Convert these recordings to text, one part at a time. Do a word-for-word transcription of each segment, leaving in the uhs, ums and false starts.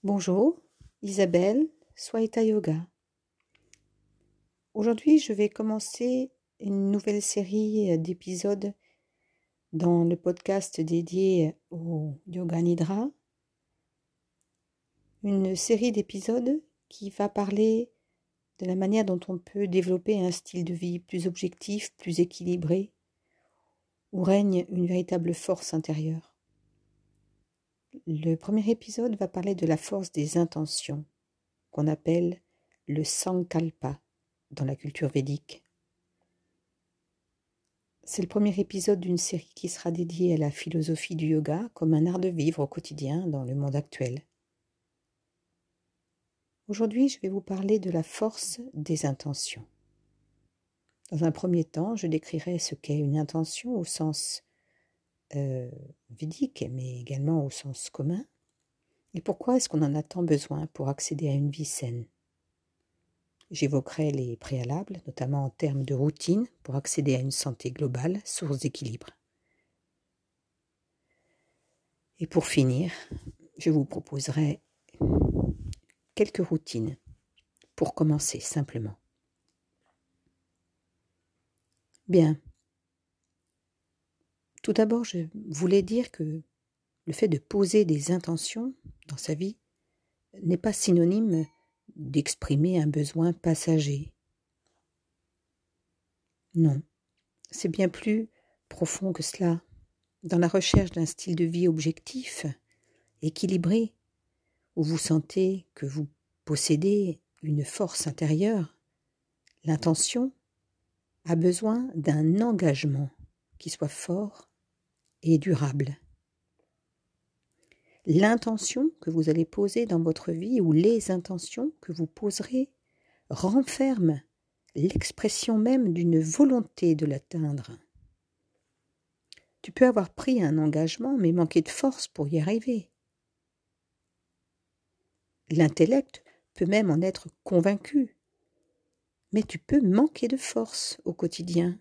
Bonjour, Isabelle, Swaita Yoga. Aujourd'hui, je vais commencer une nouvelle série d'épisodes dans le podcast dédié au Yoga Nidra. Une série d'épisodes qui va parler de la manière dont on peut développer un style de vie plus objectif, plus équilibré, où règne une véritable force intérieure. Le premier épisode va parler de la force des intentions, qu'on appelle le Sankalpa dans la culture védique. C'est le premier épisode d'une série qui sera dédiée à la philosophie du yoga comme un art de vivre au quotidien dans le monde actuel. Aujourd'hui, je vais vous parler de la force des intentions. Dans un premier temps, je décrirai ce qu'est une intention au sens euh, védique, mais également au sens commun, et pourquoi est-ce qu'on en a tant besoin pour accéder à une vie saine. J'évoquerai les préalables, notamment en termes de routine, pour accéder à une santé globale, source d'équilibre. Et pour finir, je vous proposerai quelques routines pour commencer simplement. Bien. Tout d'abord, je voulais dire que le fait de poser des intentions dans sa vie n'est pas synonyme d'exprimer un besoin passager. Non, c'est bien plus profond que cela. Dans la recherche d'un style de vie objectif, équilibré, où vous sentez que vous possédez une force intérieure, l'intention a besoin d'un engagement qui soit fort et durable. L'intention que vous allez poser dans votre vie ou les intentions que vous poserez renferment l'expression même d'une volonté de l'atteindre. Tu peux avoir pris un engagement mais manquer de force pour y arriver. L'intellect peut même en être convaincu, mais tu peux manquer de force au quotidien.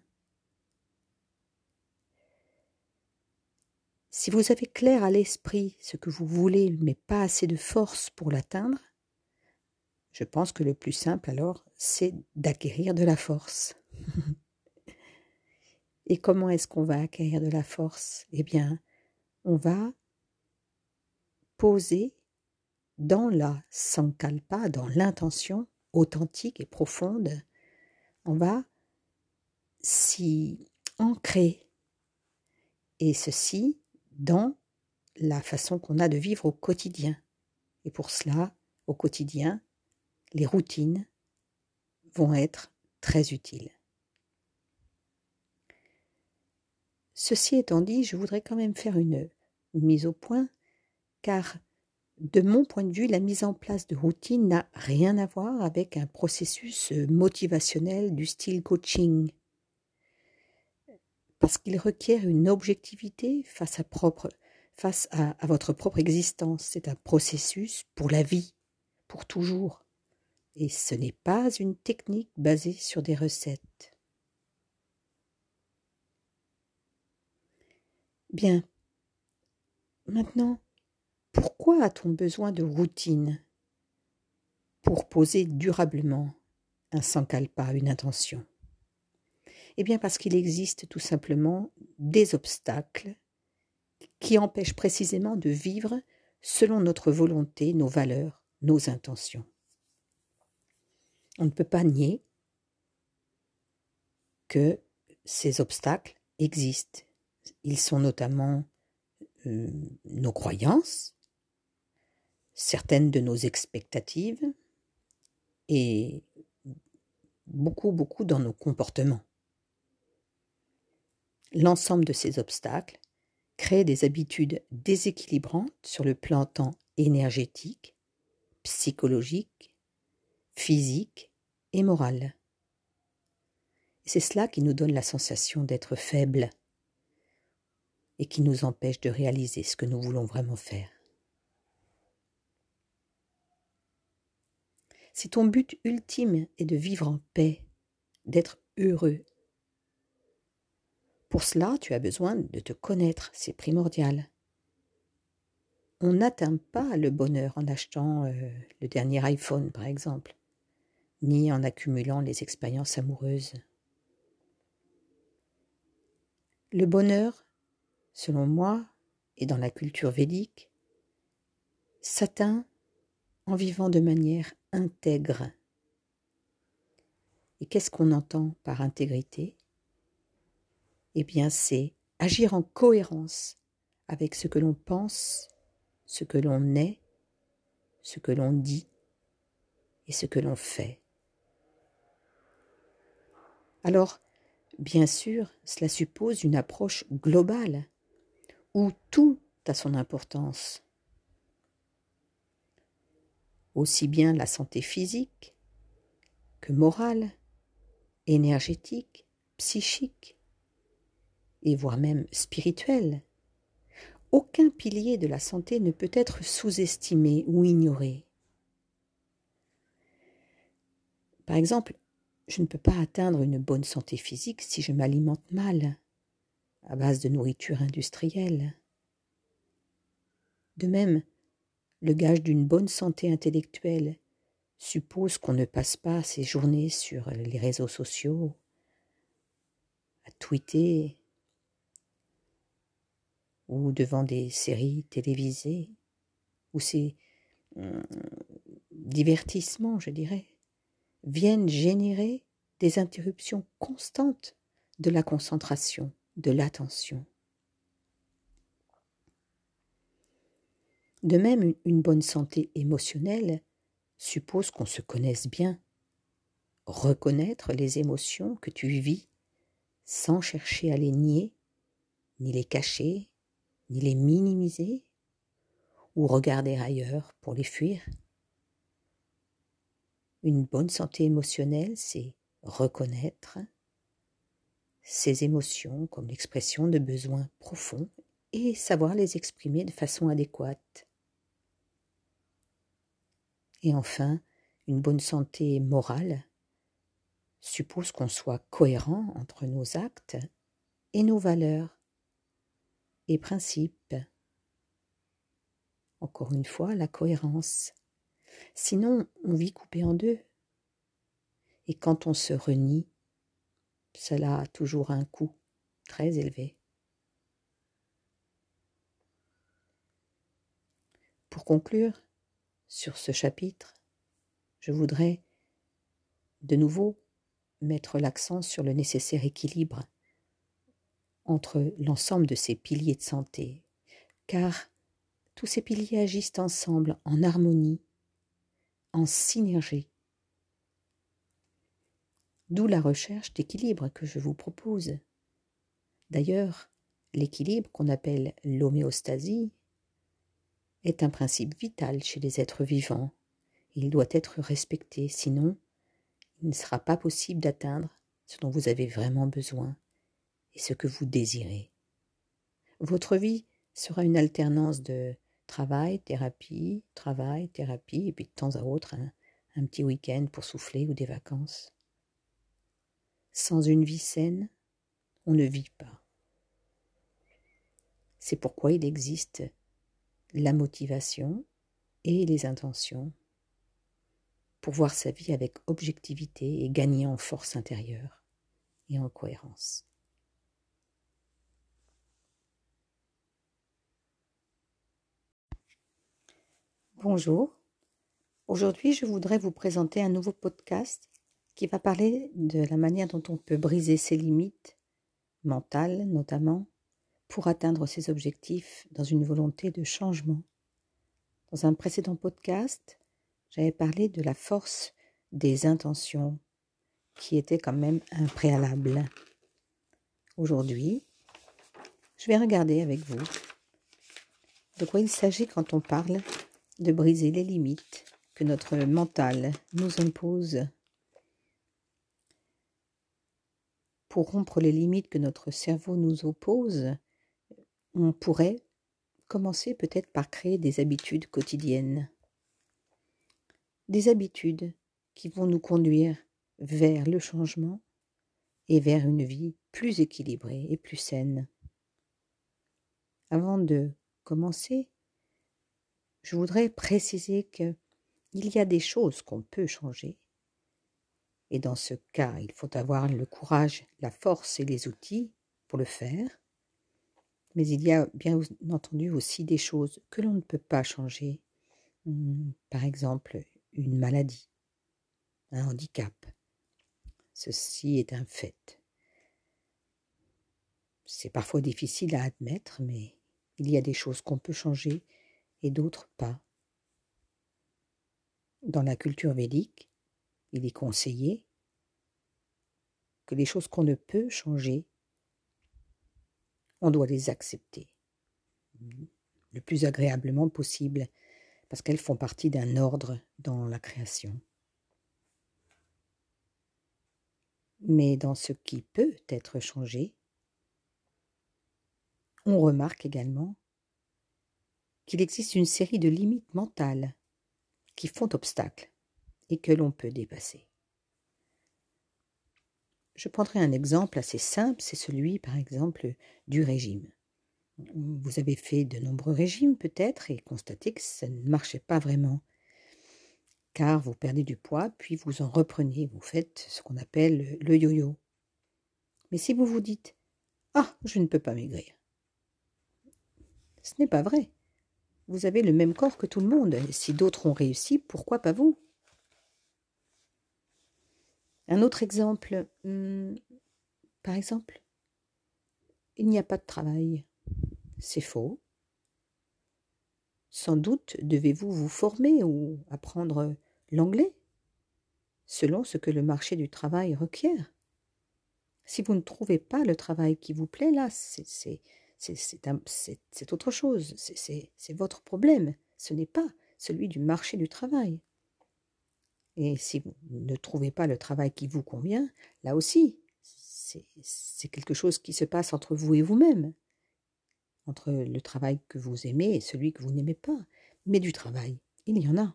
Si vous avez clair à l'esprit ce que vous voulez, mais pas assez de force pour l'atteindre, je pense que le plus simple alors, c'est d'acquérir de la force. Et comment est-ce qu'on va acquérir de la force ? Eh bien, on va poser dans la sankalpa, dans l'intention authentique et profonde, on va s'y ancrer. Et ceci dans la façon qu'on a de vivre au quotidien. Et pour cela, au quotidien, les routines vont être très utiles. Ceci étant dit, je voudrais quand même faire une, une mise au point, car de mon point de vue, la mise en place de routines n'a rien à voir avec un processus motivationnel du style coaching, parce qu'il requiert une objectivité face à, propre, face à, à votre propre existence. C'est un processus pour la vie, pour toujours. Et ce n'est pas une technique basée sur des recettes. Bien. Maintenant, pourquoi a-t-on besoin de routine pour poser durablement un sankalpa, une intention ? Eh bien parce qu'il existe tout simplement des obstacles qui empêchent précisément de vivre selon notre volonté, nos valeurs, nos intentions. On ne peut pas nier que ces obstacles existent. Ils sont notamment euh, nos croyances, certaines de nos expectatives et beaucoup, beaucoup dans nos comportements. L'ensemble de ces obstacles crée des habitudes déséquilibrantes sur le plan tant énergétique, psychologique, physique et moral. Et c'est cela qui nous donne la sensation d'être faibles et qui nous empêche de réaliser ce que nous voulons vraiment faire. Si ton but ultime est de vivre en paix, d'être heureux, pour cela, tu as besoin de te connaître, c'est primordial. on n'atteint pas le bonheur en achetant euh, le dernier iPhone, par exemple, ni en accumulant les expériences amoureuses. Le bonheur, selon moi, et dans la culture védique, s'atteint en vivant de manière intègre. Et qu'est-ce qu'on entend par intégrité? Eh bien, c'est agir en cohérence avec ce que l'on pense, ce que l'on est, ce que l'on dit et ce que l'on fait. Alors, bien sûr, cela suppose une approche globale, où tout a son importance. Aussi bien la santé physique que morale, énergétique, psychique, et voire même spirituelle. Aucun pilier de la santé ne peut être sous-estimé ou ignoré. Par exemple, je ne peux pas atteindre une bonne santé physique si je m'alimente mal, à base de nourriture industrielle. De même, le gage d'une bonne santé intellectuelle suppose qu'on ne passe pas ses journées sur les réseaux sociaux, à tweeter ou devant des séries télévisées, où ces hum, divertissements, je dirais, viennent générer des interruptions constantes de la concentration, de l'attention. De même, une bonne santé émotionnelle suppose qu'on se connaisse bien, reconnaître les émotions que tu vis sans chercher à les nier, ni les cacher, ni les minimiser, ou regarder ailleurs pour les fuir. Une bonne santé émotionnelle, c'est reconnaître ces émotions comme l'expression de besoins profonds et savoir les exprimer de façon adéquate. Et enfin, une bonne santé morale suppose qu'on soit cohérent entre nos actes et nos valeurs et principes. Encore une fois, la cohérence. Sinon, on vit coupé en deux. Et quand on se renie, cela a toujours un coût très élevé. Pour conclure sur ce chapitre, je voudrais de nouveau mettre l'accent sur le nécessaire équilibre entre l'ensemble de ces piliers de santé, car tous ces piliers agissent ensemble en harmonie, en synergie. D'où la recherche d'équilibre que je vous propose. D'ailleurs, l'équilibre qu'on appelle l'homéostasie est un principe vital chez les êtres vivants. Il doit être respecté, sinon il ne sera pas possible d'atteindre ce dont vous avez vraiment besoin et ce que vous désirez. Votre vie sera une alternance de travail, thérapie, travail, thérapie, et puis de temps à autre, un, un petit week-end pour souffler ou des vacances. Sans une vie saine, on ne vit pas. C'est pourquoi il existe la motivation et les intentions pour voir sa vie avec objectivité et gagner en force intérieure et en cohérence. Bonjour, aujourd'hui je voudrais vous présenter un nouveau podcast qui va parler de la manière dont on peut briser ses limites, mentales notamment, pour atteindre ses objectifs dans une volonté de changement. Dans un précédent podcast, j'avais parlé de la force des intentions, qui était quand même un préalable. Aujourd'hui, je vais regarder avec vous de quoi il s'agit quand on parle de briser les limites que notre mental nous impose. Pour rompre les limites que notre cerveau nous oppose, on pourrait commencer peut-être par créer des habitudes quotidiennes. Des habitudes qui vont nous conduire vers le changement et vers une vie plus équilibrée et plus saine. Avant de commencer, je voudrais préciser qu'il y a des choses qu'on peut changer. Et dans ce cas, il faut avoir le courage, la force et les outils pour le faire. Mais il y a bien entendu aussi des choses que l'on ne peut pas changer. Par exemple, une maladie, un handicap. Ceci est un fait. C'est parfois difficile à admettre, mais il y a des choses qu'on peut changer et d'autres pas. Dans la culture védique, il est conseillé que les choses qu'on ne peut changer, on doit les accepter le plus agréablement possible, parce qu'elles font partie d'un ordre dans la création. Mais dans ce qui peut être changé, on remarque également qu'il existe une série de limites mentales qui font obstacle et que l'on peut dépasser. Je prendrai un exemple assez simple, c'est celui, par exemple, du régime. Vous avez fait de nombreux régimes peut-être et constaté que ça ne marchait pas vraiment, car vous perdez du poids, puis vous en reprenez, vous faites ce qu'on appelle le yo-yo. Mais si vous vous dites « Ah, je ne peux pas maigrir », ce n'est pas vrai. Vous avez le même corps que tout le monde. Si d'autres ont réussi, pourquoi pas vous? Un autre exemple, hum, par exemple, il n'y a pas de travail. C'est faux. Sans doute devez-vous vous former ou apprendre l'anglais, selon ce que le marché du travail requiert. Si vous ne trouvez pas le travail qui vous plaît, là, c'est, c'est, c'est, c'est, un, c'est, c'est autre chose. C'est, c'est, c'est votre problème. Ce n'est pas celui du marché du travail. Et si vous ne trouvez pas le travail qui vous convient, là aussi, c'est, c'est quelque chose qui se passe entre vous et vous-même, entre le travail que vous aimez et celui que vous n'aimez pas. Mais du travail, il y en a.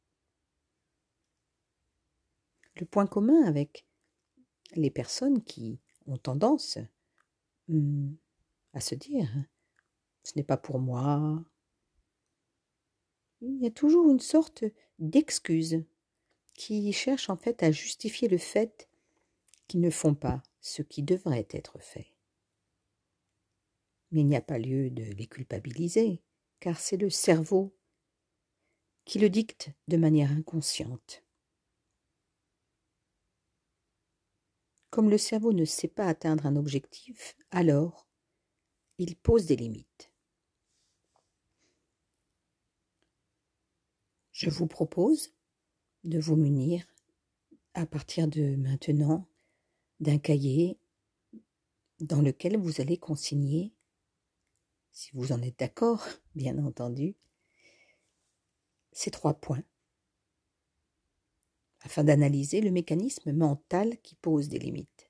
Le point commun avec les personnes qui ont tendance hum, à se dire « ce n'est pas pour moi », il y a toujours une sorte d'excuse qui cherche en fait à justifier le fait qu'ils ne font pas ce qui devrait être fait. Mais il n'y a pas lieu de les culpabiliser, car c'est le cerveau qui le dicte de manière inconsciente. Comme le cerveau ne sait pas atteindre un objectif, alors il pose des limites. Je vous propose de vous munir, à partir de maintenant, d'un cahier dans lequel vous allez consigner, si vous en êtes d'accord, bien entendu, ces trois points, afin d'analyser le mécanisme mental qui pose des limites.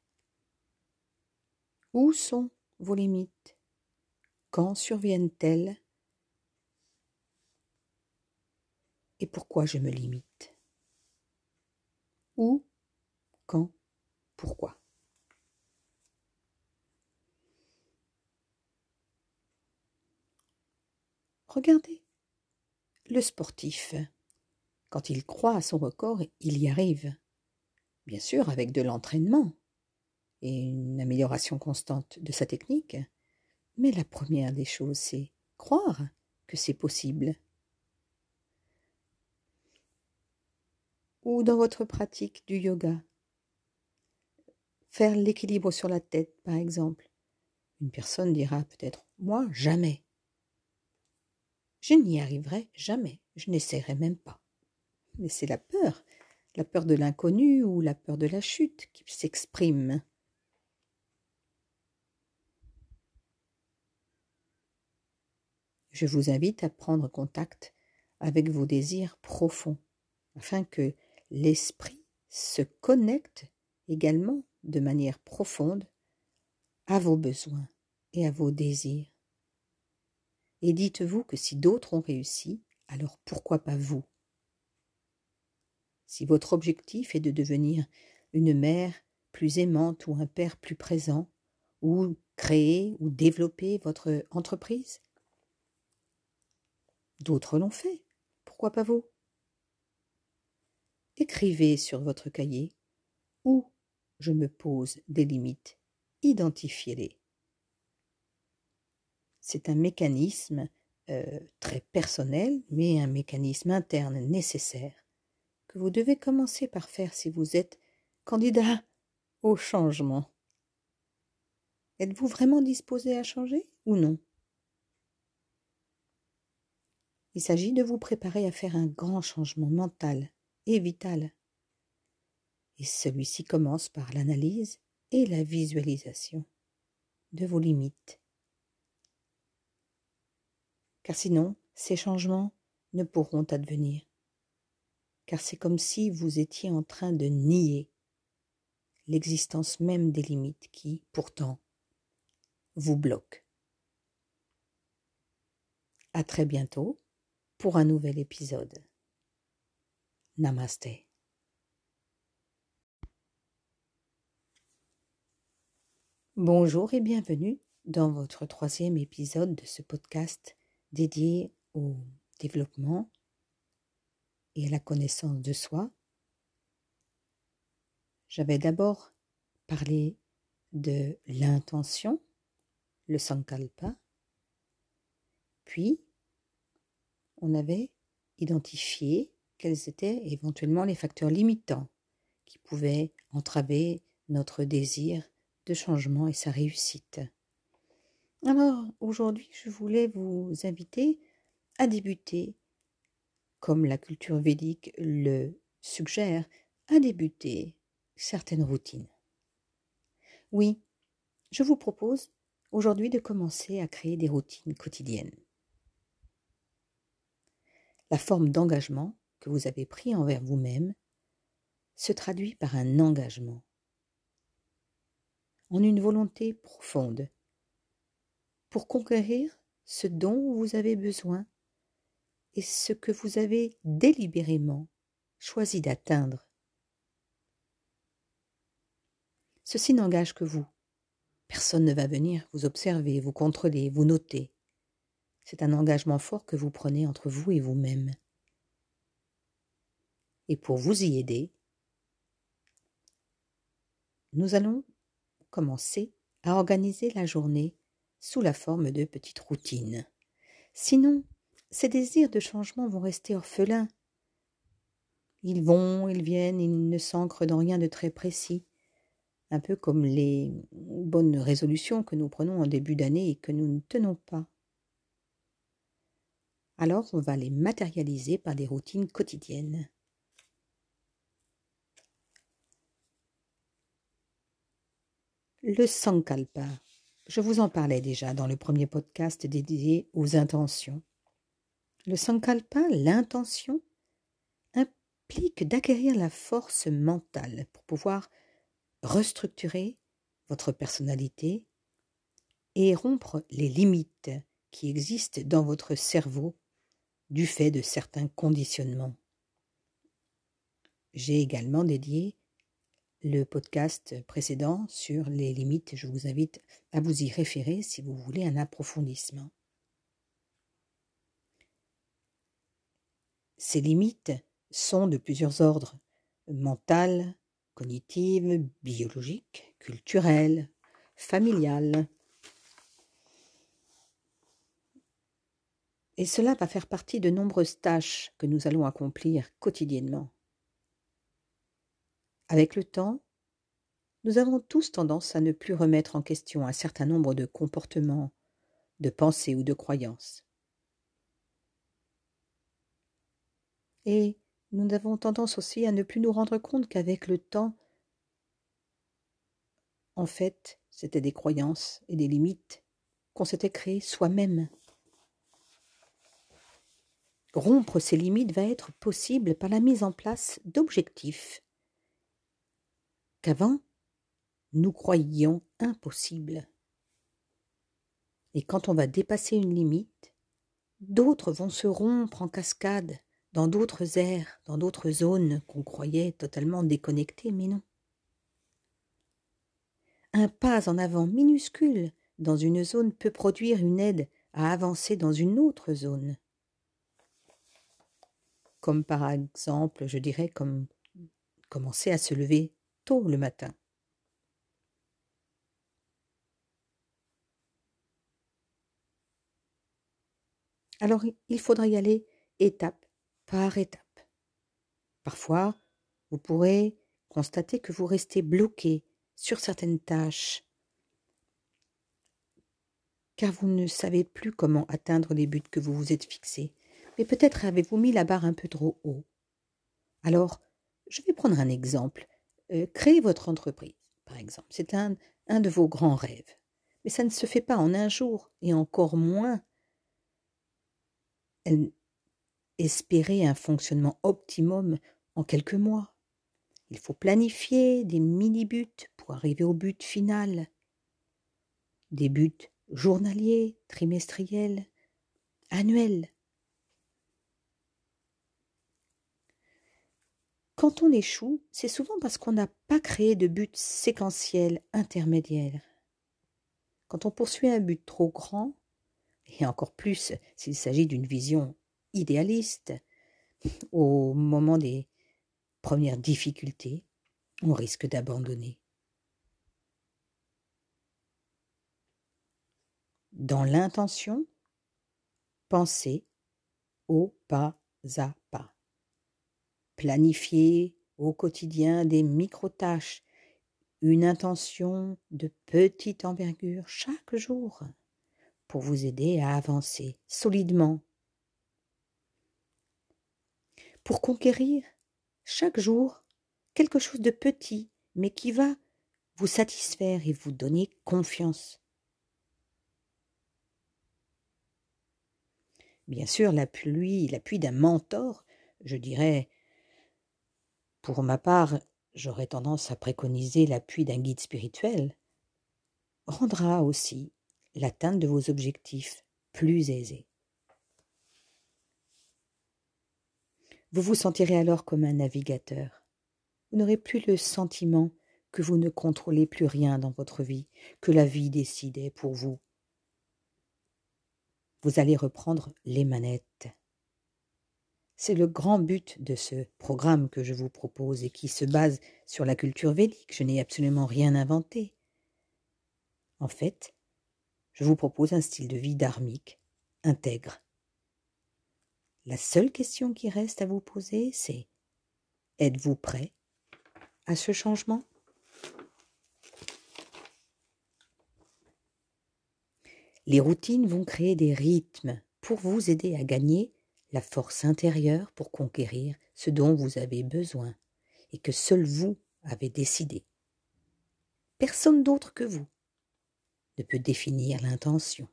Où sont vos limites? Quand surviennent-elles? Et pourquoi je me limite? Où? Quand? Pourquoi? Regardez, le sportif, quand il croit à son record, il y arrive. Bien sûr, avec de l'entraînement et une amélioration constante de sa technique. Mais la première des choses, c'est croire que c'est possible. Ou dans votre pratique du yoga, faire l'équilibre sur la tête, par exemple. Une personne dira peut-être « moi, jamais ». Je n'y arriverai jamais, je n'essaierai même pas. Mais c'est la peur, la peur de l'inconnu ou la peur de la chute qui s'exprime. Je vous invite à prendre contact avec vos désirs profonds, afin que l'esprit se connecte également de manière profonde à vos besoins et à vos désirs. Et dites-vous que si d'autres ont réussi, alors pourquoi pas vous? Si votre objectif est de devenir une mère plus aimante ou un père plus présent, ou créer ou développer votre entreprise, d'autres l'ont fait, pourquoi pas vous? Écrivez sur votre cahier où je me pose des limites, identifiez-les. C'est un mécanisme euh, très personnel, mais un mécanisme interne nécessaire que vous devez commencer par faire si vous êtes candidat au changement. Êtes-vous vraiment disposé à changer ou non? Il s'agit de vous préparer à faire un grand changement mental et vital. Et celui-ci commence par l'analyse et la visualisation de vos limites. Car sinon, ces changements ne pourront advenir. Car c'est comme si vous étiez en train de nier l'existence même des limites qui, pourtant, vous bloquent. À très bientôt pour un nouvel épisode. Namasté. Bonjour et bienvenue dans votre troisième épisode de ce podcast dédié au développement et à la connaissance de soi. J'avais d'abord parlé de l'intention, le sankalpa, puis on avait identifié quels étaient éventuellement les facteurs limitants qui pouvaient entraver notre désir de changement et sa réussite. Alors aujourd'hui, je voulais vous inviter à débuter, comme la culture védique le suggère, à débuter certaines routines. Oui, je vous propose aujourd'hui de commencer à créer des routines quotidiennes. La forme d'engagement que vous avez pris envers vous-même se traduit par un engagement, en une volonté profonde, pour conquérir ce dont vous avez besoin et ce que vous avez délibérément choisi d'atteindre. Ceci n'engage que vous. Personne ne va venir vous observer, vous contrôler, vous noter. C'est un engagement fort que vous prenez entre vous et vous-même. Et pour vous y aider, nous allons commencer à organiser la journée sous la forme de petites routines. Sinon, ces désirs de changement vont rester orphelins. Ils vont, ils viennent, ils ne s'ancrent dans rien de très précis. Un peu comme les bonnes résolutions que nous prenons en début d'année et que nous ne tenons pas. Alors, on va les matérialiser par des routines quotidiennes. Le sankalpa, je vous en parlais déjà dans le premier podcast dédié aux intentions. Le sankalpa, l'intention, implique d'acquérir la force mentale pour pouvoir restructurer votre personnalité et rompre les limites qui existent dans votre cerveau du fait de certains conditionnements. J'ai également dédié le podcast précédent sur les limites. Je vous invite à vous y référer si vous voulez un approfondissement. Ces limites sont de plusieurs ordres: mentales, cognitives, biologiques, culturelles, familiales. Et cela va faire partie de nombreuses tâches que nous allons accomplir quotidiennement. Avec le temps, nous avons tous tendance à ne plus remettre en question un certain nombre de comportements, de pensées ou de croyances. Et nous avons tendance aussi à ne plus nous rendre compte qu'avec le temps, en fait, c'était des croyances et des limites qu'on s'était créées soi-même. Rompre ces limites va être possible par la mise en place d'objectifs qu'avant, nous croyions impossibles. Et quand on va dépasser une limite, d'autres vont se rompre en cascade dans d'autres aires, dans d'autres zones qu'on croyait totalement déconnectées, mais non. Un pas en avant minuscule dans une zone peut produire une aide à avancer dans une autre zone. comme par exemple, je dirais, comme commencer à se lever tôt le matin. Alors, il faudra y aller étape par étape. Parfois, vous pourrez constater que vous restez bloqué sur certaines tâches, car vous ne savez plus comment atteindre les buts que vous vous êtes fixés. Mais peut-être avez-vous mis la barre un peu trop haut. Alors, je vais prendre un exemple. Euh, créer votre entreprise, par exemple. C'est un, un de vos grands rêves. Mais ça ne se fait pas en un jour, et encore moins espérer un fonctionnement optimum en quelques mois. Il faut planifier des mini-buts pour arriver au but final. Des buts journaliers, trimestriels, annuels. Quand on échoue, c'est souvent parce qu'on n'a pas créé de but séquentiel intermédiaire. Quand on poursuit un but trop grand, et encore plus s'il s'agit d'une vision idéaliste, au moment des premières difficultés, on risque d'abandonner. Dans l'intention, pensez au pas à pas. Planifiez au quotidien des micro-tâches, une intention de petite envergure chaque jour pour vous aider à avancer solidement. Pour conquérir chaque jour quelque chose de petit, mais qui va vous satisfaire et vous donner confiance. Bien sûr, l'appui, l'appui d'un mentor, je dirais, pour ma part, j'aurais tendance à préconiser l'appui d'un guide spirituel, rendra aussi l'atteinte de vos objectifs plus aisée. Vous vous sentirez alors comme un navigateur. Vous n'aurez plus le sentiment que vous ne contrôlez plus rien dans votre vie, que la vie décidait pour vous. Vous allez reprendre les manettes. C'est le grand but de ce programme que je vous propose et qui se base sur la culture védique. Je n'ai absolument rien inventé. En fait, je vous propose un style de vie dharmique, intègre. La seule question qui reste à vous poser, c'est: êtes-vous prêt à ce changement? Les routines vont créer des rythmes pour vous aider à gagner la force intérieure pour conquérir ce dont vous avez besoin et que seul vous avez décidé. Personne d'autre que vous ne peut définir l'intention.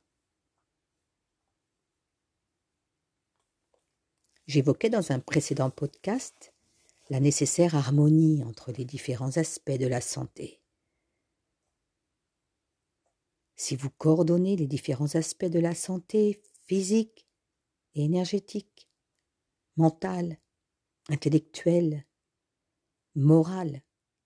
J'évoquais dans un précédent podcast la nécessaire harmonie entre les différents aspects de la santé. Si vous coordonnez les différents aspects de la santé physique et énergétique, mentale, intellectuelle, morale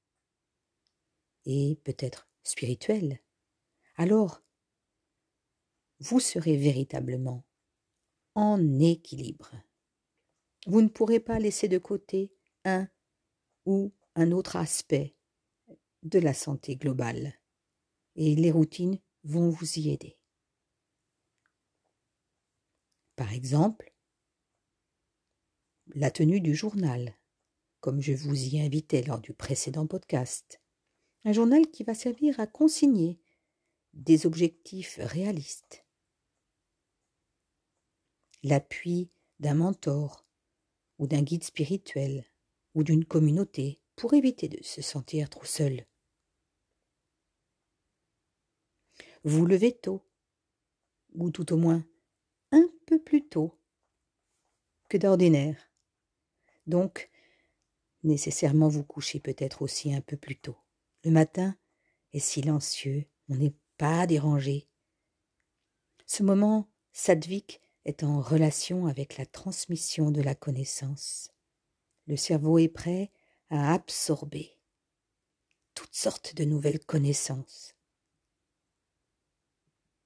et peut-être spirituelle, alors vous serez véritablement en équilibre. Vous ne pourrez pas laisser de côté un ou un autre aspect de la santé globale et les routines vont vous y aider. Par exemple, la tenue du journal, comme je vous y invitais lors du précédent podcast. Un journal qui va servir à consigner des objectifs réalistes. L'appui d'un mentor ou d'un guide spirituel ou d'une communauté pour éviter de se sentir trop seul. Vous levez tôt, ou tout au moins un peu plus tôt que d'ordinaire. Donc, nécessairement vous couchez peut-être aussi un peu plus tôt. Le matin est silencieux, on n'est pas dérangé. Ce moment sattvique est en relation avec la transmission de la connaissance. Le cerveau est prêt à absorber toutes sortes de nouvelles connaissances.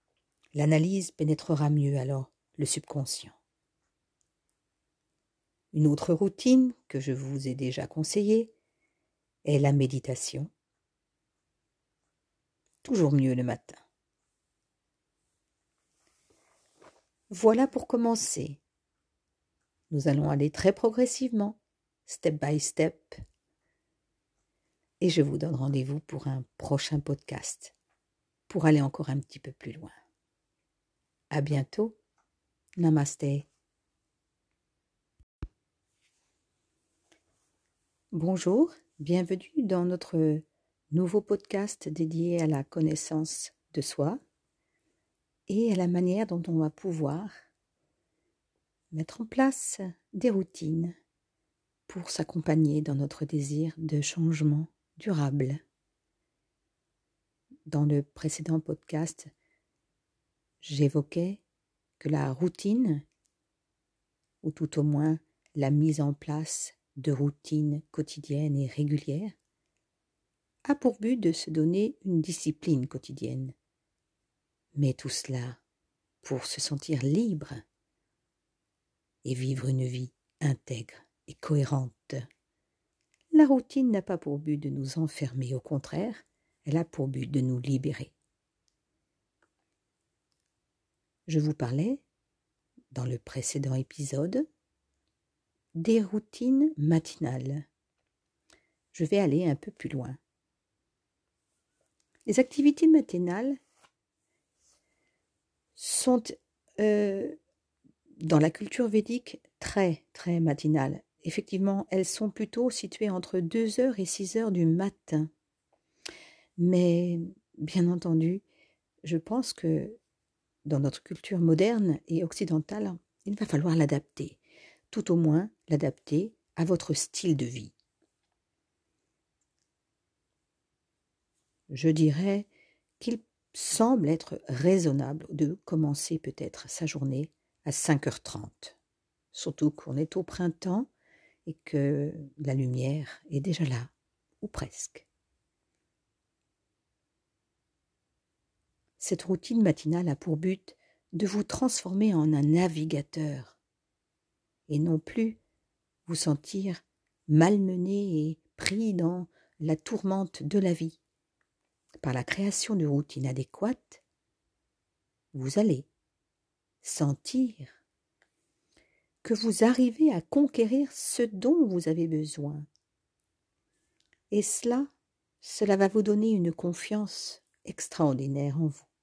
L'analyse pénétrera mieux alors le subconscient. Une autre routine que je vous ai déjà conseillée est la méditation. Toujours mieux le matin. Voilà pour commencer. Nous allons aller très progressivement, step by step. Et je vous donne rendez-vous pour un prochain podcast, pour aller encore un petit peu plus loin. À bientôt. Namasté. Bonjour, bienvenue dans notre nouveau podcast dédié à la connaissance de soi et à la manière dont on va pouvoir mettre en place des routines pour s'accompagner dans notre désir de changement durable. Dans le précédent podcast, j'évoquais que la routine, ou tout au moins la mise en place de routines quotidiennes et régulières, a pour but de se donner une discipline quotidienne. Mais tout cela pour se sentir libre et vivre une vie intègre et cohérente. La routine n'a pas pour but de nous enfermer, au contraire, elle a pour but de nous libérer. Je vous parlais, dans le précédent épisode, des routines matinales. Je vais aller un peu plus loin. Les activités matinales sont, euh, dans la culture védique, très, très matinales. Effectivement, elles sont plutôt situées entre deux heures et six heures du matin. Mais, bien entendu, je pense que dans notre culture moderne et occidentale, il va falloir l'adapter, tout au moins l'adapter à votre style de vie. Je dirais qu'il semble être raisonnable de commencer peut-être sa journée à cinq heures trente, surtout qu'on est au printemps et que la lumière est déjà là, ou presque. Cette routine matinale a pour but de vous transformer en un navigateur et non plus vous sentir malmené et pris dans la tourmente de la vie. Par la création de routines adéquates, vous allez sentir que vous arrivez à conquérir ce dont vous avez besoin. Et cela, cela va vous donner une confiance extraordinaire en vous.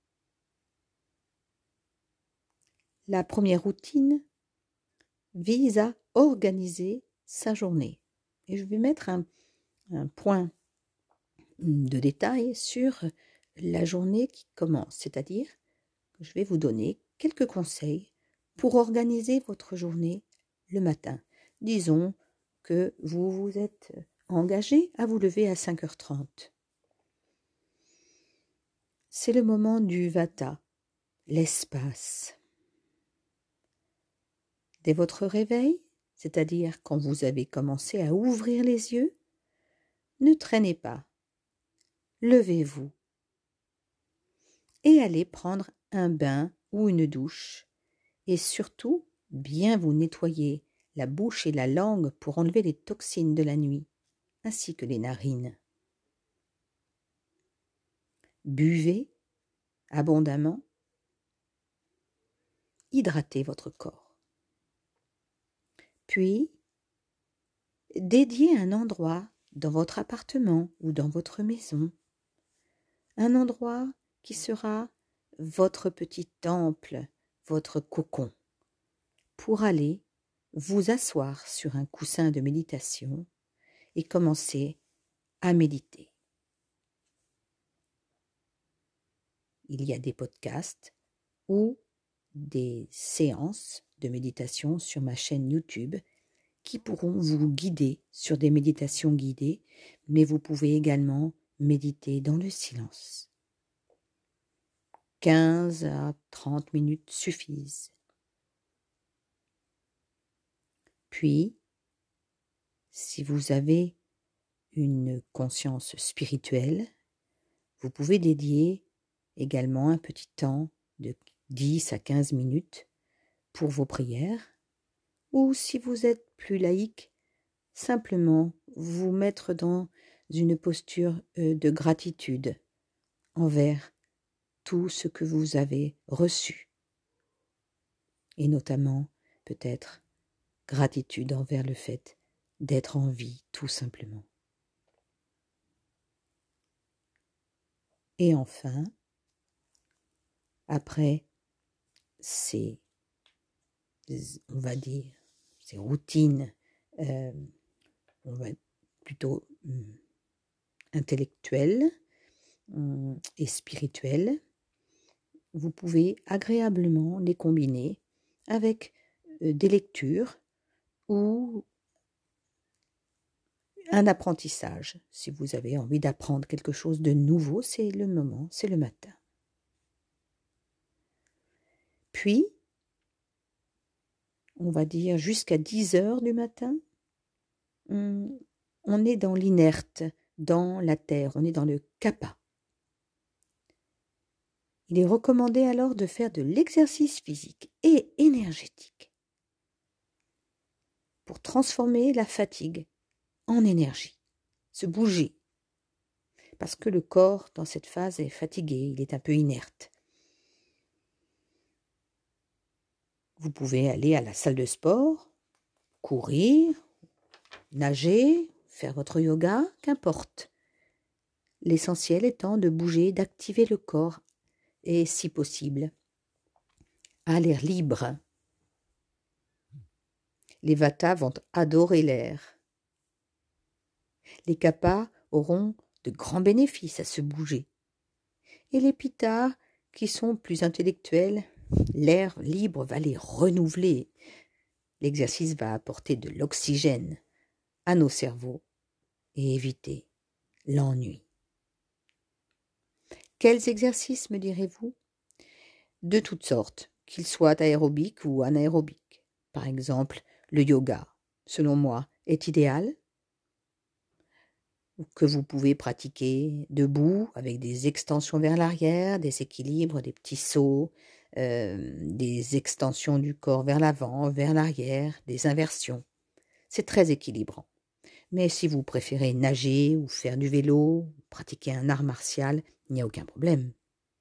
La première routine vise à organiser sa journée. Et je vais mettre un, un point de détail sur la journée qui commence, c'est-à-dire que je vais vous donner quelques conseils pour organiser votre journée le matin. Disons que vous vous êtes engagé à vous lever à cinq heures trente. C'est le moment du vata, l'espace. Dès votre réveil, c'est-à-dire quand vous avez commencé à ouvrir les yeux, ne traînez pas. Levez-vous et allez prendre un bain ou une douche et surtout bien vous nettoyer la bouche et la langue pour enlever les toxines de la nuit, ainsi que les narines. Buvez abondamment, hydratez votre corps. Puis, dédiez un endroit dans votre appartement ou dans votre maison, un endroit qui sera votre petit temple, votre cocon, pour aller vous asseoir sur un coussin de méditation et commencer à méditer. Il y a des podcasts ou des séances de méditation sur ma chaîne YouTube qui pourront vous guider sur des méditations guidées, mais vous pouvez également méditer dans le silence. quinze à trente minutes suffisent. Puis, si vous avez une conscience spirituelle, vous pouvez dédier également un petit temps de dix à quinze minutes pour vos prières ou si vous êtes plus laïque, simplement vous mettre dans une posture de gratitude envers tout ce que vous avez reçu, et notamment peut-être gratitude envers le fait d'être en vie, tout simplement. Et enfin, après ces, on va dire, ces routines, euh, on va plutôt hum, intellectuelles hum, et spirituelles, vous pouvez agréablement les combiner avec euh, des lectures ou un apprentissage. Si vous avez envie d'apprendre quelque chose de nouveau, c'est le moment, c'est le matin. Puis, on va dire jusqu'à dix heures du matin, on est dans l'inerte, dans la terre, on est dans le kapha. Il est recommandé alors de faire de l'exercice physique et énergétique pour transformer la fatigue en énergie, se bouger. Parce que le corps, dans cette phase, est fatigué, il est un peu inerte. Vous pouvez aller à la salle de sport, courir, nager, faire votre yoga, qu'importe. L'essentiel étant de bouger, d'activer le corps et, si possible, à l'air libre. Les Vatas vont adorer l'air. Les Kapas auront de grands bénéfices à se bouger. Et les Pittas, qui sont plus intellectuels, l'air libre va les renouveler. L'exercice va apporter de l'oxygène à nos cerveaux et éviter l'ennui. Quels exercices, me direz-vous? De toutes sortes, qu'ils soient aérobiques ou anaérobiques. Par exemple, le yoga, selon moi, est idéal, que vous pouvez pratiquer debout avec des extensions vers l'arrière, des équilibres, des petits sauts, euh, des extensions du corps vers l'avant, vers l'arrière, des inversions. C'est très équilibrant. Mais si vous préférez nager ou faire du vélo, pratiquer un art martial, il n'y a aucun problème.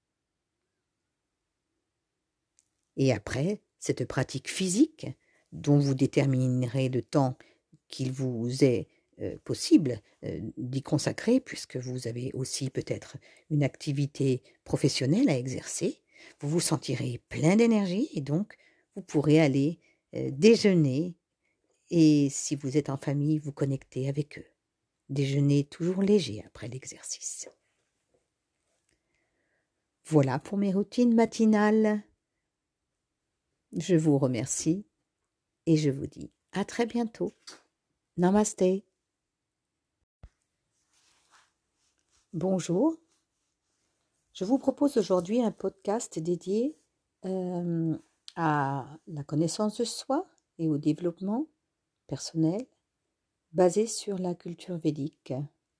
Et après, cette pratique physique, dont vous déterminerez le temps qu'il vous est euh, possible euh, d'y consacrer, puisque vous avez aussi peut-être une activité professionnelle à exercer, vous vous sentirez plein d'énergie et donc vous pourrez aller euh, déjeuner et si vous êtes en famille, vous connecter avec eux. Déjeuner toujours léger après l'exercice. Voilà pour mes routines matinales. Je vous remercie et je vous dis à très bientôt. Namasté. Bonjour. Je vous propose aujourd'hui un podcast dédié euh, à la connaissance de soi et au développement personnel basé sur la culture védique.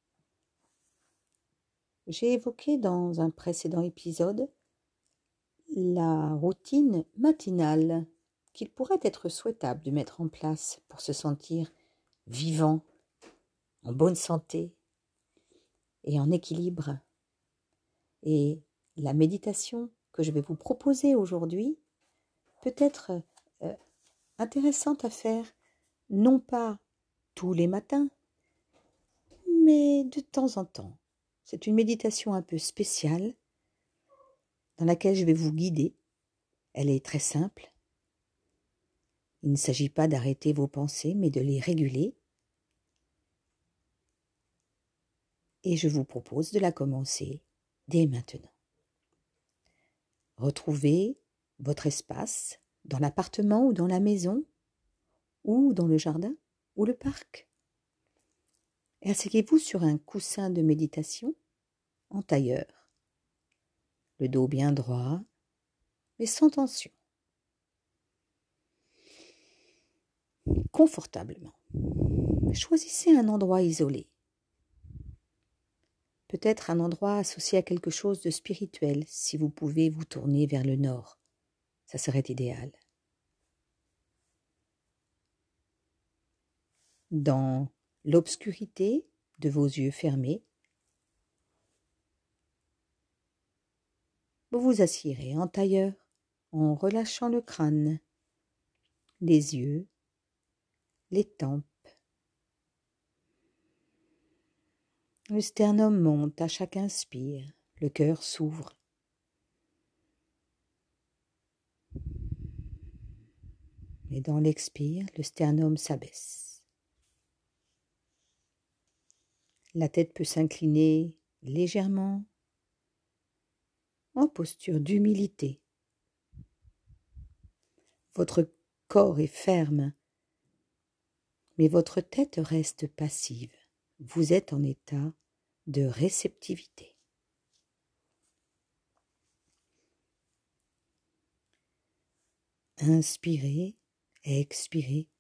J'ai évoqué dans un précédent épisode la routine matinale qu'il pourrait être souhaitable de mettre en place pour se sentir vivant, en bonne santé et en équilibre. Et la méditation que je vais vous proposer aujourd'hui peut être euh, intéressante à faire, non pas tous les matins, mais de temps en temps. C'est une méditation un peu spéciale dans laquelle je vais vous guider. Elle est très simple. Il ne s'agit pas d'arrêter vos pensées, mais de les réguler. Et je vous propose de la commencer dès maintenant. Retrouvez votre espace dans l'appartement ou dans la maison, ou dans le jardin ou le parc. Et asseyez-vous sur un coussin de méditation en tailleur, le dos bien droit, mais sans tension. Confortablement. Choisissez un endroit isolé. Peut-être un endroit associé à quelque chose de spirituel, si vous pouvez vous tourner vers le nord. Ça serait idéal. Dans l'obscurité de vos yeux fermés, vous vous assiérez en tailleur en relâchant le crâne, les yeux, les tempes. Le sternum monte à chaque inspire, le cœur s'ouvre. Et dans l'expire, le sternum s'abaisse. La tête peut s'incliner légèrement en posture d'humilité. Votre corps est ferme, mais votre tête reste passive. Vous êtes en état de réceptivité. Inspirez, expirez.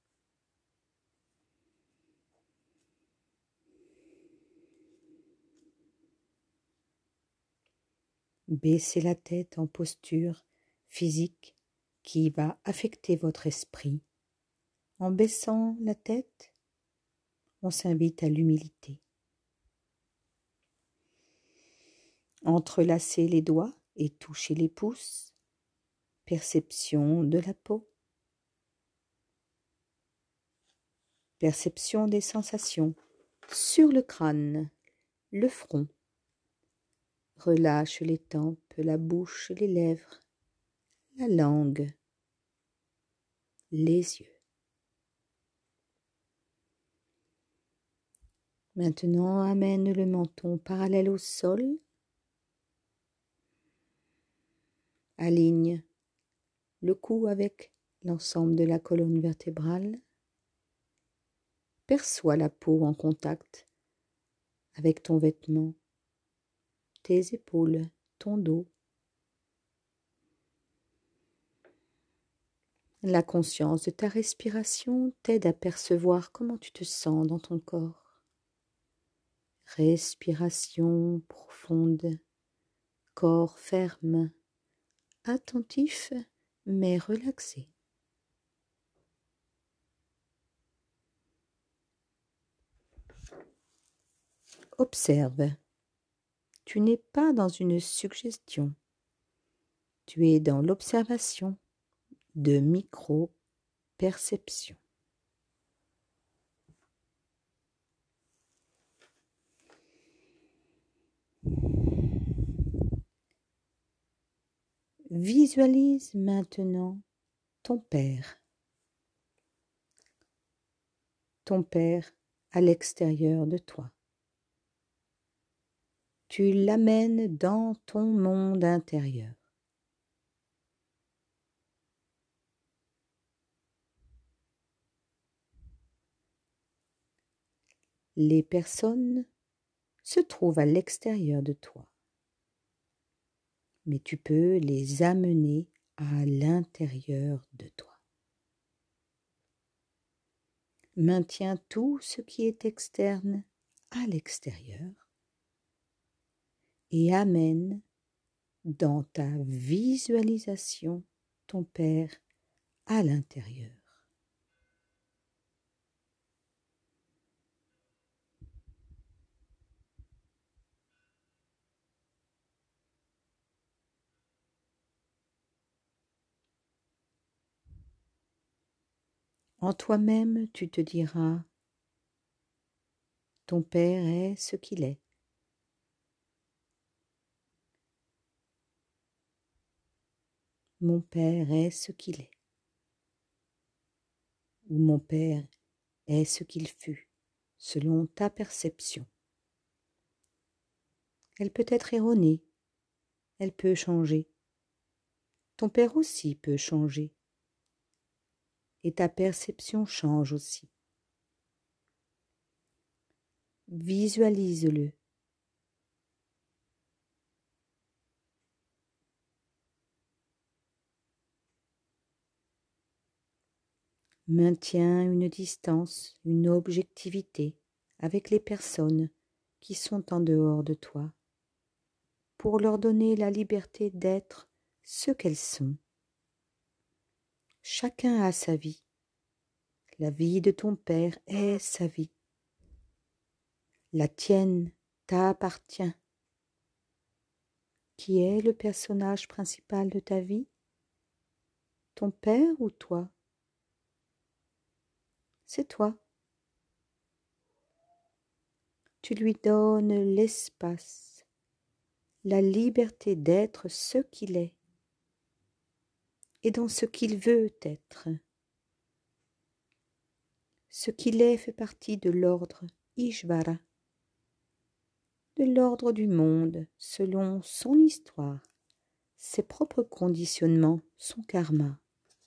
Baissez la tête en posture physique qui va affecter votre esprit. En baissant la tête, on s'invite à l'humilité. Entrelacez les doigts et touchez les pouces. Perception de la peau. Perception des sensations sur le crâne, le front. Relâche les tempes, la bouche, les lèvres, la langue, les yeux. Maintenant, amène le menton parallèle au sol. Aligne le cou avec l'ensemble de la colonne vertébrale. Perçois la peau en contact avec ton vêtement, tes épaules, ton dos. La conscience de ta respiration t'aide à percevoir comment tu te sens dans ton corps. Respiration profonde, corps ferme, attentif mais relaxé. Observe. Tu n'es pas dans une suggestion. Tu es dans l'observation de micro-perception. Visualise maintenant ton père. Ton père à l'extérieur de toi. Tu l'amènes dans ton monde intérieur. Les personnes se trouvent à l'extérieur de toi, mais tu peux les amener à l'intérieur de toi. Maintiens tout ce qui est externe à l'extérieur et amène dans ta visualisation ton père à l'intérieur. En toi-même, tu te diras, ton père est ce qu'il est. Mon père est ce qu'il est. Ou mon père est ce qu'il fut, selon ta perception. Elle peut être erronée, elle peut changer. Ton père aussi peut changer. Et ta perception change aussi. Visualise-le. Maintiens une distance, une objectivité avec les personnes qui sont en dehors de toi, pour leur donner la liberté d'être ce qu'elles sont. Chacun a sa vie. La vie de ton père est sa vie. La tienne t'appartient. Qui est le personnage principal de ta vie? Ton père ou toi? C'est toi. Tu lui donnes l'espace, la liberté d'être ce qu'il est et dans ce qu'il veut être. Ce qu'il est fait partie de l'ordre Ishvara, de l'ordre du monde selon son histoire, ses propres conditionnements, son karma.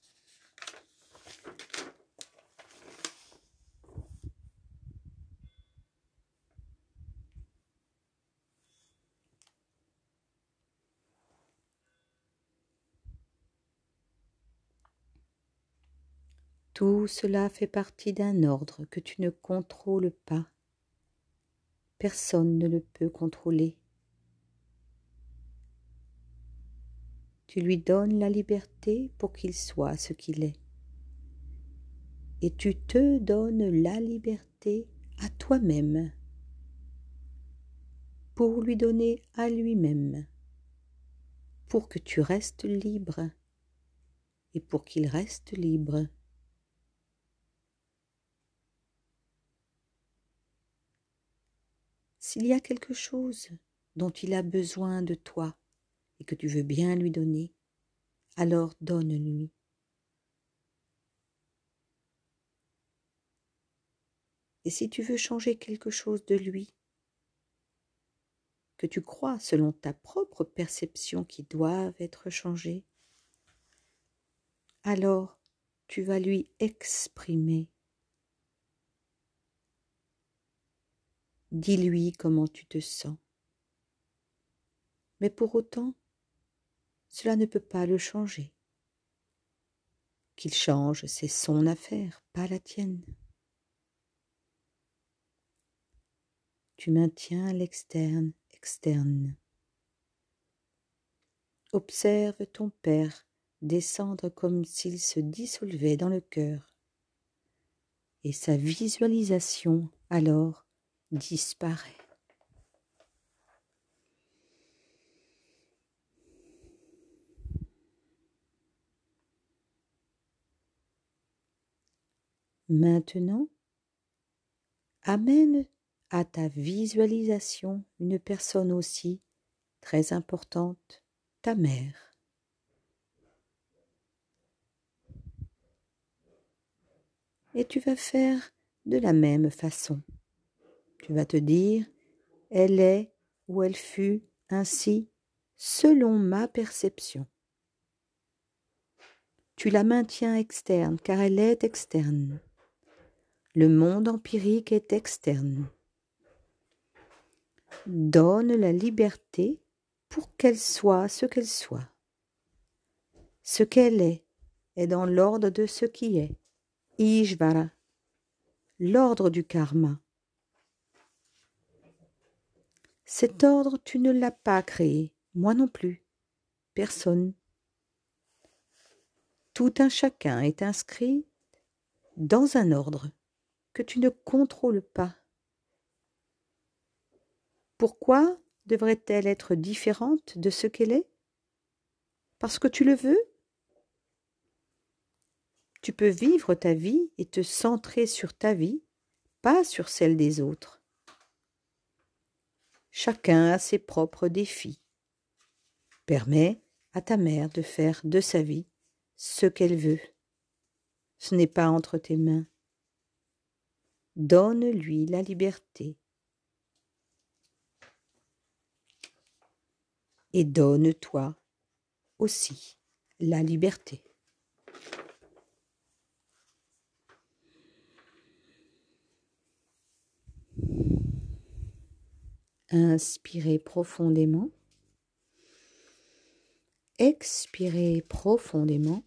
Tout cela fait partie d'un ordre que tu ne contrôles pas. Personne ne le peut contrôler. Tu lui donnes la liberté pour qu'il soit ce qu'il est. Et tu te donnes la liberté à toi-même pour lui donner à lui-même, pour que tu restes libre et pour qu'il reste libre. S'il y a quelque chose dont il a besoin de toi et que tu veux bien lui donner, alors donne-lui. Et si tu veux changer quelque chose de lui, que tu crois selon ta propre perception qui doivent être changées, alors tu vas lui exprimer. Dis-lui comment tu te sens. Mais pour autant, cela ne peut pas le changer. Qu'il change, c'est son affaire, pas la tienne. Tu maintiens l'externe externe. Observe ton père descendre comme s'il se dissolvait dans le cœur. Et sa visualisation alors disparaît. Maintenant, amène à ta visualisation une personne aussi très importante, ta mère. Et tu vas faire de la même façon. Tu vas te dire, elle est ou elle fut ainsi selon ma perception. Tu la maintiens externe car elle est externe. Le monde empirique est externe. Donne la liberté pour qu'elle soit ce qu'elle soit. Ce qu'elle est est dans l'ordre de ce qui est. Ishvara, l'ordre du karma. Cet ordre, tu ne l'as pas créé, moi non plus, personne. Tout un chacun est inscrit dans un ordre que tu ne contrôles pas. Pourquoi devrait-elle être différente de ce qu'elle est? Parce que tu le veux? Tu peux vivre ta vie et te centrer sur ta vie, pas sur celle des autres. Chacun a ses propres défis. Permets à ta mère de faire de sa vie ce qu'elle veut. Ce n'est pas entre tes mains. Donne-lui la liberté. Et donne-toi aussi la liberté. Inspirez profondément. Expirez profondément.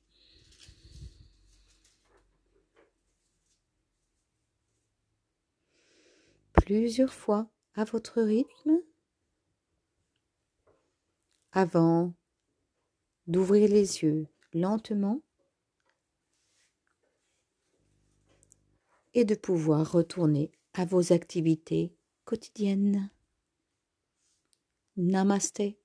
Plusieurs fois à votre rythme avant d'ouvrir les yeux lentement et de pouvoir retourner à vos activités quotidiennes. Namasté.